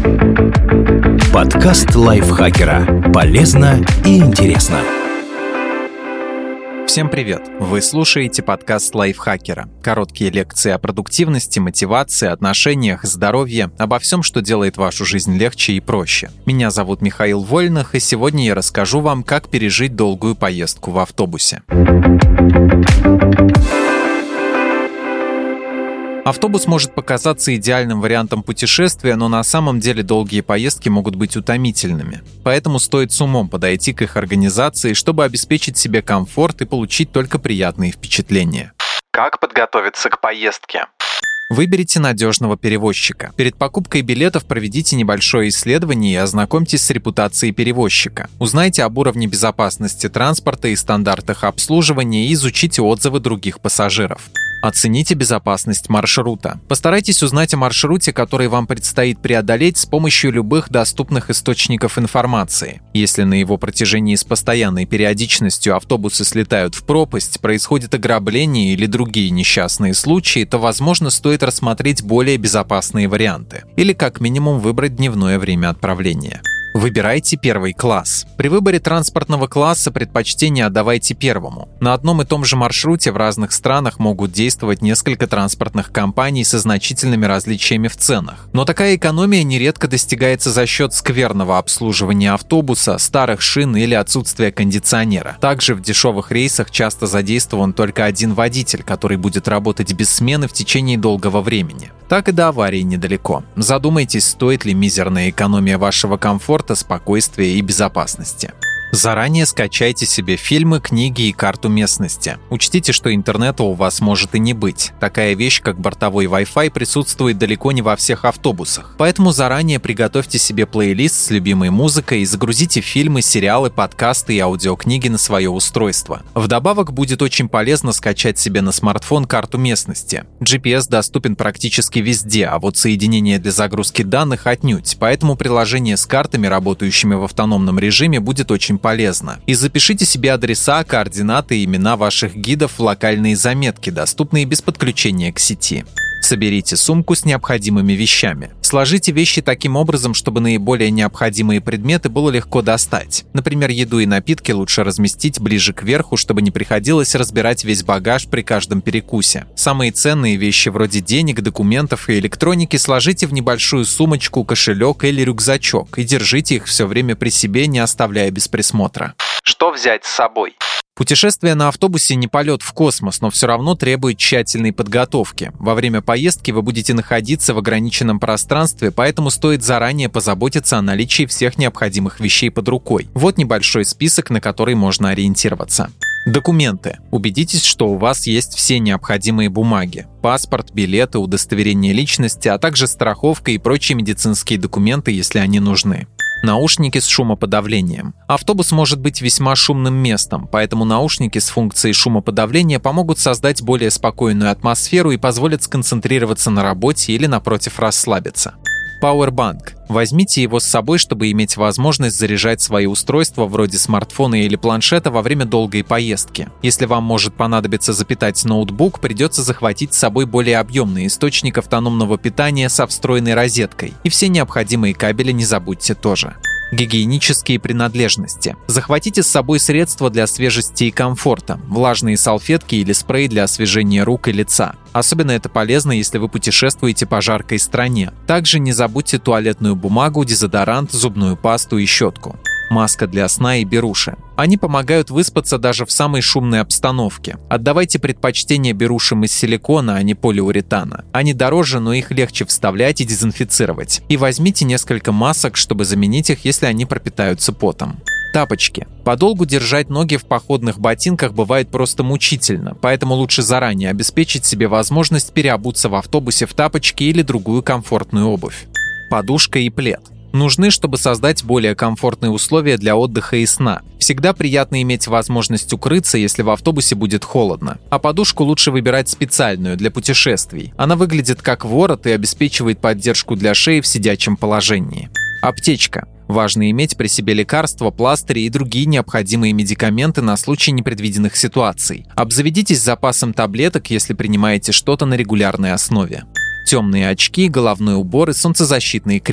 Подкаст лайфхакера. Полезно и интересно. Всем привет! Вы слушаете подкаст лайфхакера. Короткие лекции о продуктивности, мотивации, отношениях, здоровье, обо всем, что делает вашу жизнь легче и проще. Меня зовут Михаил Вольных, и сегодня я расскажу вам, как пережить долгую поездку в автобусе. Автобус может показаться идеальным вариантом путешествия, но на самом деле долгие поездки могут быть утомительными. Поэтому стоит с умом подойти к их организации, чтобы обеспечить себе комфорт и получить только приятные впечатления. Как подготовиться к поездке? Выберите надежного перевозчика. Перед покупкой билетов проведите небольшое исследование и ознакомьтесь с репутацией перевозчика. Узнайте об уровне безопасности транспорта и стандартах обслуживания и изучите отзывы других пассажиров. Оцените безопасность маршрута. Постарайтесь узнать о маршруте, который вам предстоит преодолеть с помощью любых доступных источников информации. Если на его протяжении с постоянной периодичностью автобусы слетают в пропасть, происходит ограбление или другие несчастные случаи, то, возможно, стоит рассмотреть более безопасные варианты. Или, как минимум, выбрать дневное время отправления. Выбирайте первый класс. При выборе транспортного класса предпочтение отдавайте первому. На одном и том же маршруте в разных странах могут действовать несколько транспортных компаний со значительными различиями в ценах. Но такая экономия нередко достигается за счет скверного обслуживания автобуса, старых шин или отсутствия кондиционера. Также в дешевых рейсах часто задействован только один водитель, который будет работать без смены в течение долгого времени. Так и до аварии недалеко. Задумайтесь, стоит ли мизерная экономия вашего комфорта, спокойствия и безопасности. Заранее скачайте себе фильмы, книги и карту местности. Учтите, что интернета у вас может и не быть. Такая вещь, как бортовой Wi-Fi, присутствует далеко не во всех автобусах. Поэтому заранее приготовьте себе плейлист с любимой музыкой и загрузите фильмы, сериалы, подкасты и аудиокниги на свое устройство. Вдобавок будет очень полезно скачать себе на смартфон карту местности. GPS доступен практически везде, а вот соединение для загрузки данных отнюдь, поэтому приложение с картами, работающими в автономном режиме, будет очень полезно. И запишите себе адреса, координаты и имена ваших гидов в локальные заметки, доступные без подключения к сети. Соберите сумку с необходимыми вещами. Сложите вещи таким образом, чтобы наиболее необходимые предметы было легко достать. Например, еду и напитки лучше разместить ближе к верху, чтобы не приходилось разбирать весь багаж при каждом перекусе. Самые ценные вещи вроде денег, документов и электроники сложите в небольшую сумочку, кошелек или рюкзачок и держите их все время при себе, не оставляя без присмотра. Что взять с собой? Путешествие на автобусе не полет в космос, но все равно требует тщательной подготовки. Во время поездки вы будете находиться в ограниченном пространстве, поэтому стоит заранее позаботиться о наличии всех необходимых вещей под рукой. Вот небольшой список, на который можно ориентироваться. Документы. Убедитесь, что у вас есть все необходимые бумаги. Паспорт, билеты, удостоверение личности, а также страховка и прочие медицинские документы, если они нужны. Наушники с шумоподавлением. Автобус может быть весьма шумным местом, поэтому наушники с функцией шумоподавления помогут создать более спокойную атмосферу и позволят сконцентрироваться на работе или, напротив, расслабиться. Пауэрбанк. Возьмите его с собой, чтобы иметь возможность заряжать свои устройства вроде смартфона или планшета во время долгой поездки. Если вам может понадобиться запитать ноутбук, придется захватить с собой более объемный источник автономного питания со встроенной розеткой. И все необходимые кабели не забудьте тоже. Гигиенические принадлежности. Захватите с собой средства для свежести и комфорта, влажные салфетки или спрей для освежения рук и лица. Особенно это полезно, если вы путешествуете по жаркой стране. Также не забудьте туалетную бумагу, дезодорант, зубную пасту и щетку. Маска для сна и беруши. Они помогают выспаться даже в самой шумной обстановке. Отдавайте предпочтение берушам из силикона, а не полиуретана. Они дороже, но их легче вставлять и дезинфицировать. И возьмите несколько масок, чтобы заменить их, если они пропитаются потом. Тапочки. Подолгу держать ноги в походных ботинках бывает просто мучительно, поэтому лучше заранее обеспечить себе возможность переобуться в автобусе в тапочки или другую комфортную обувь. Подушка и плед. Нужны, чтобы создать более комфортные условия для отдыха и сна. Всегда приятно иметь возможность укрыться, если в автобусе будет холодно. А подушку лучше выбирать специальную для путешествий. Она выглядит как ворот и обеспечивает поддержку для шеи в сидячем положении. Аптечка. Важно иметь при себе лекарства, пластыри и другие необходимые медикаменты на случай непредвиденных ситуаций. Обзаведитесь запасом таблеток, если принимаете что-то на регулярной основе. Темные очки, головной убор и солнцезащитный крем.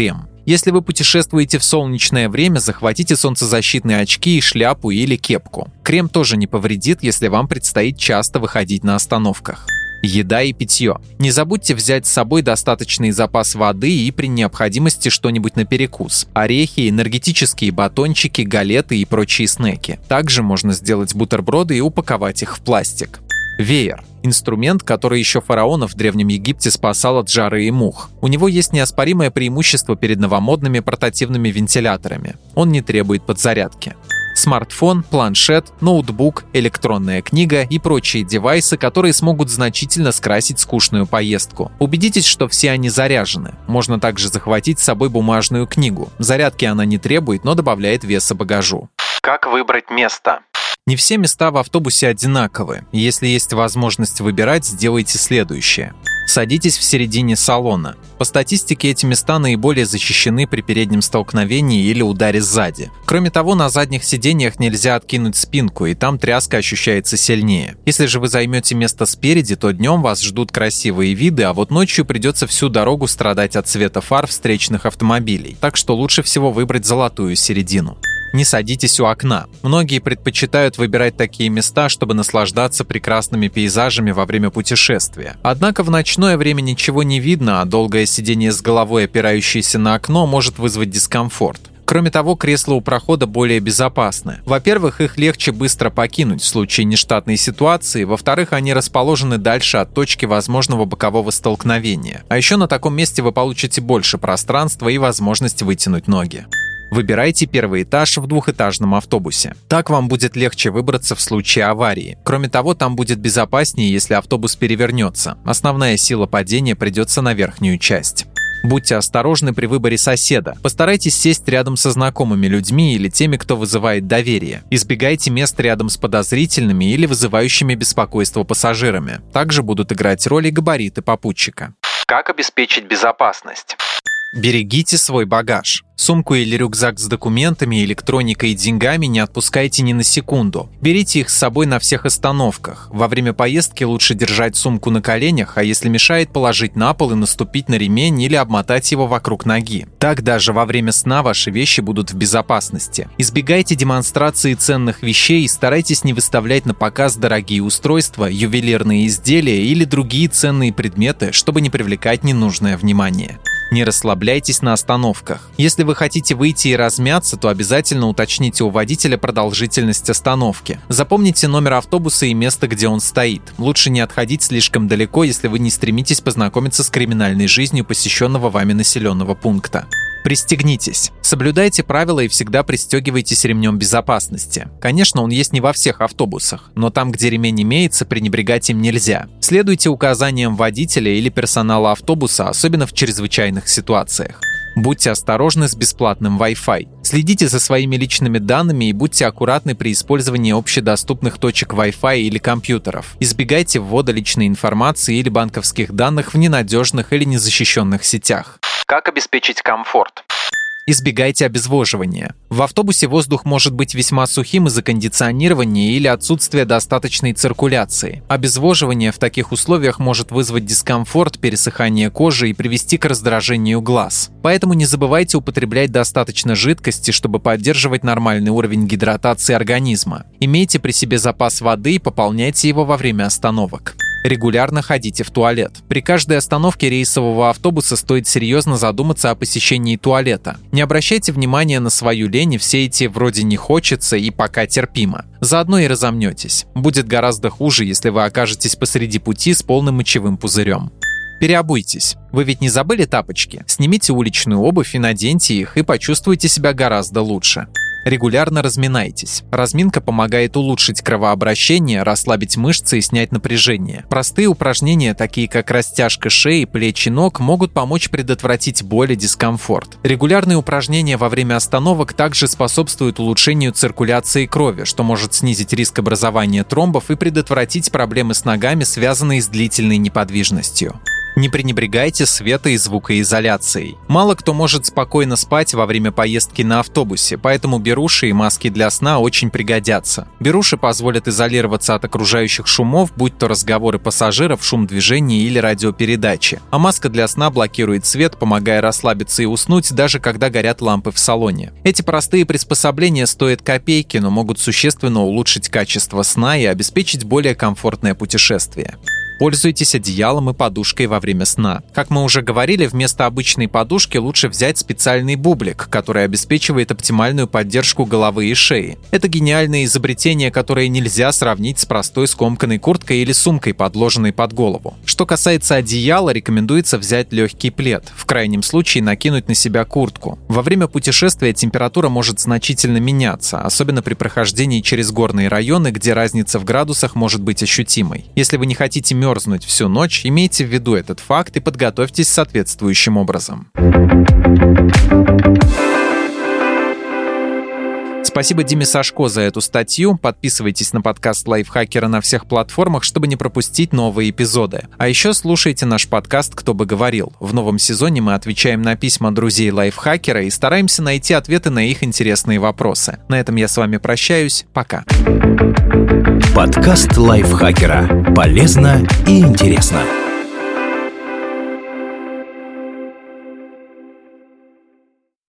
Если вы путешествуете в солнечное время, захватите солнцезащитные очки и шляпу или кепку. Крем тоже не повредит, если вам предстоит часто выходить на остановках. Еда и питье. Не забудьте взять с собой достаточный запас воды и при необходимости что-нибудь на перекус. Орехи, энергетические батончики, галеты и прочие снеки. Также можно сделать бутерброды и упаковать их в пластик. Веер. Инструмент, который еще фараонов в Древнем Египте спасал от жары и мух. У него есть неоспоримое преимущество перед новомодными портативными вентиляторами. Он не требует подзарядки. Смартфон, планшет, ноутбук, электронная книга и прочие девайсы, которые смогут значительно скрасить скучную поездку. Убедитесь, что все они заряжены. Можно также захватить с собой бумажную книгу. Зарядки она не требует, но добавляет веса багажу. Как выбрать место? Не все места в автобусе одинаковы. Если есть возможность выбирать, сделайте следующее. Садитесь в середине салона. По статистике, эти места наиболее защищены при переднем столкновении или ударе сзади. Кроме того, на задних сиденьях нельзя откинуть спинку, и там тряска ощущается сильнее. Если же вы займете место спереди, то днем вас ждут красивые виды, а вот ночью придется всю дорогу страдать от света фар встречных автомобилей. Так что лучше всего выбрать золотую середину. Не садитесь у окна. Многие предпочитают выбирать такие места, чтобы наслаждаться прекрасными пейзажами во время путешествия. Однако в ночное время ничего не видно, а долгое сидение с головой, опирающейся на окно, может вызвать дискомфорт. Кроме того, кресла у прохода более безопасны. Во-первых, их легче быстро покинуть в случае нештатной ситуации. Во-вторых, они расположены дальше от точки возможного бокового столкновения. А еще на таком месте вы получите больше пространства и возможность вытянуть ноги. Выбирайте первый этаж в двухэтажном автобусе. Так вам будет легче выбраться в случае аварии. Кроме того, там будет безопаснее, если автобус перевернется. Основная сила падения придется на верхнюю часть. Будьте осторожны при выборе соседа. Постарайтесь сесть рядом со знакомыми людьми или теми, кто вызывает доверие. Избегайте мест рядом с подозрительными или вызывающими беспокойство пассажирами. Также будут играть роль и габариты попутчика. Как обеспечить безопасность? Берегите свой багаж. Сумку или рюкзак с документами, электроникой и деньгами не отпускайте ни на секунду. Берите их с собой на всех остановках. Во время поездки лучше держать сумку на коленях, а если мешает, положить на пол и наступить на ремень или обмотать его вокруг ноги. Так даже во время сна ваши вещи будут в безопасности. Избегайте демонстрации ценных вещей и старайтесь не выставлять на показ дорогие устройства, ювелирные изделия или другие ценные предметы, чтобы не привлекать ненужное внимание. Не расслабляйтесь на остановках. Если вы хотите выйти и размяться, то обязательно уточните у водителя продолжительность остановки. Запомните номер автобуса и место, где он стоит. Лучше не отходить слишком далеко, если вы не стремитесь познакомиться с криминальной жизнью посещенного вами населенного пункта. Пристегнитесь. Соблюдайте правила и всегда пристегивайтесь ремнем безопасности. Конечно, он есть не во всех автобусах, но там, где ремень имеется, пренебрегать им нельзя. Следуйте указаниям водителя или персонала автобуса, особенно в чрезвычайных ситуациях. Будьте осторожны с бесплатным Wi-Fi. Следите за своими личными данными и будьте аккуратны при использовании общедоступных точек Wi-Fi или компьютеров. Избегайте ввода личной информации или банковских данных в ненадежных или незащищенных сетях. Как обеспечить комфорт? Избегайте обезвоживания. В автобусе воздух может быть весьма сухим из-за кондиционирования или отсутствия достаточной циркуляции. Обезвоживание в таких условиях может вызвать дискомфорт, пересыхание кожи и привести к раздражению глаз. Поэтому не забывайте употреблять достаточно жидкости, чтобы поддерживать нормальный уровень гидратации организма. Имейте при себе запас воды и пополняйте его во время остановок. Регулярно ходите в туалет. При каждой остановке рейсового автобуса стоит серьезно задуматься о посещении туалета. Не обращайте внимания на свою лень и все эти «вроде не хочется» и «пока терпимо». Заодно и разомнетесь. Будет гораздо хуже, если вы окажетесь посреди пути с полным мочевым пузырем. Переобуйтесь. Вы ведь не забыли тапочки? Снимите уличную обувь и наденьте их, и почувствуйте себя гораздо лучше. Регулярно разминайтесь. Разминка помогает улучшить кровообращение, расслабить мышцы и снять напряжение. Простые упражнения, такие как растяжка шеи, плеч и ног, могут помочь предотвратить боль и дискомфорт. Регулярные упражнения во время остановок также способствуют улучшению циркуляции крови, что может снизить риск образования тромбов и предотвратить проблемы с ногами, связанные с длительной неподвижностью. Не пренебрегайте свето- и звукоизоляцией. Мало кто может спокойно спать во время поездки на автобусе, поэтому беруши и маски для сна очень пригодятся. Беруши позволят изолироваться от окружающих шумов, будь то разговоры пассажиров, шум движения или радиопередачи. А маска для сна блокирует свет, помогая расслабиться и уснуть, даже когда горят лампы в салоне. Эти простые приспособления стоят копейки, но могут существенно улучшить качество сна и обеспечить более комфортное путешествие. Пользуйтесь одеялом и подушкой во время сна. Как мы уже говорили, вместо обычной подушки лучше взять специальный бублик, который обеспечивает оптимальную поддержку головы и шеи. Это гениальное изобретение, которое нельзя сравнить с простой скомканной курткой или сумкой, подложенной под голову. Что касается одеяла, рекомендуется взять легкий плед, в крайнем случае накинуть на себя куртку. Во время путешествия температура может значительно меняться, особенно при прохождении через горные районы, где разница в градусах может быть ощутимой. Если вы не хотите мерзнуть всю ночь, имейте в виду этот факт и подготовьтесь соответствующим образом. Спасибо Диме Сашко за эту статью. Подписывайтесь на подкаст Лайфхакера на всех платформах, чтобы не пропустить новые эпизоды. А еще слушайте наш подкаст «Кто бы говорил». В новом сезоне мы отвечаем на письма друзей Лайфхакера и стараемся найти ответы на их интересные вопросы. На этом я с вами прощаюсь. Пока. Подкаст Лайфхакера. Полезно и интересно.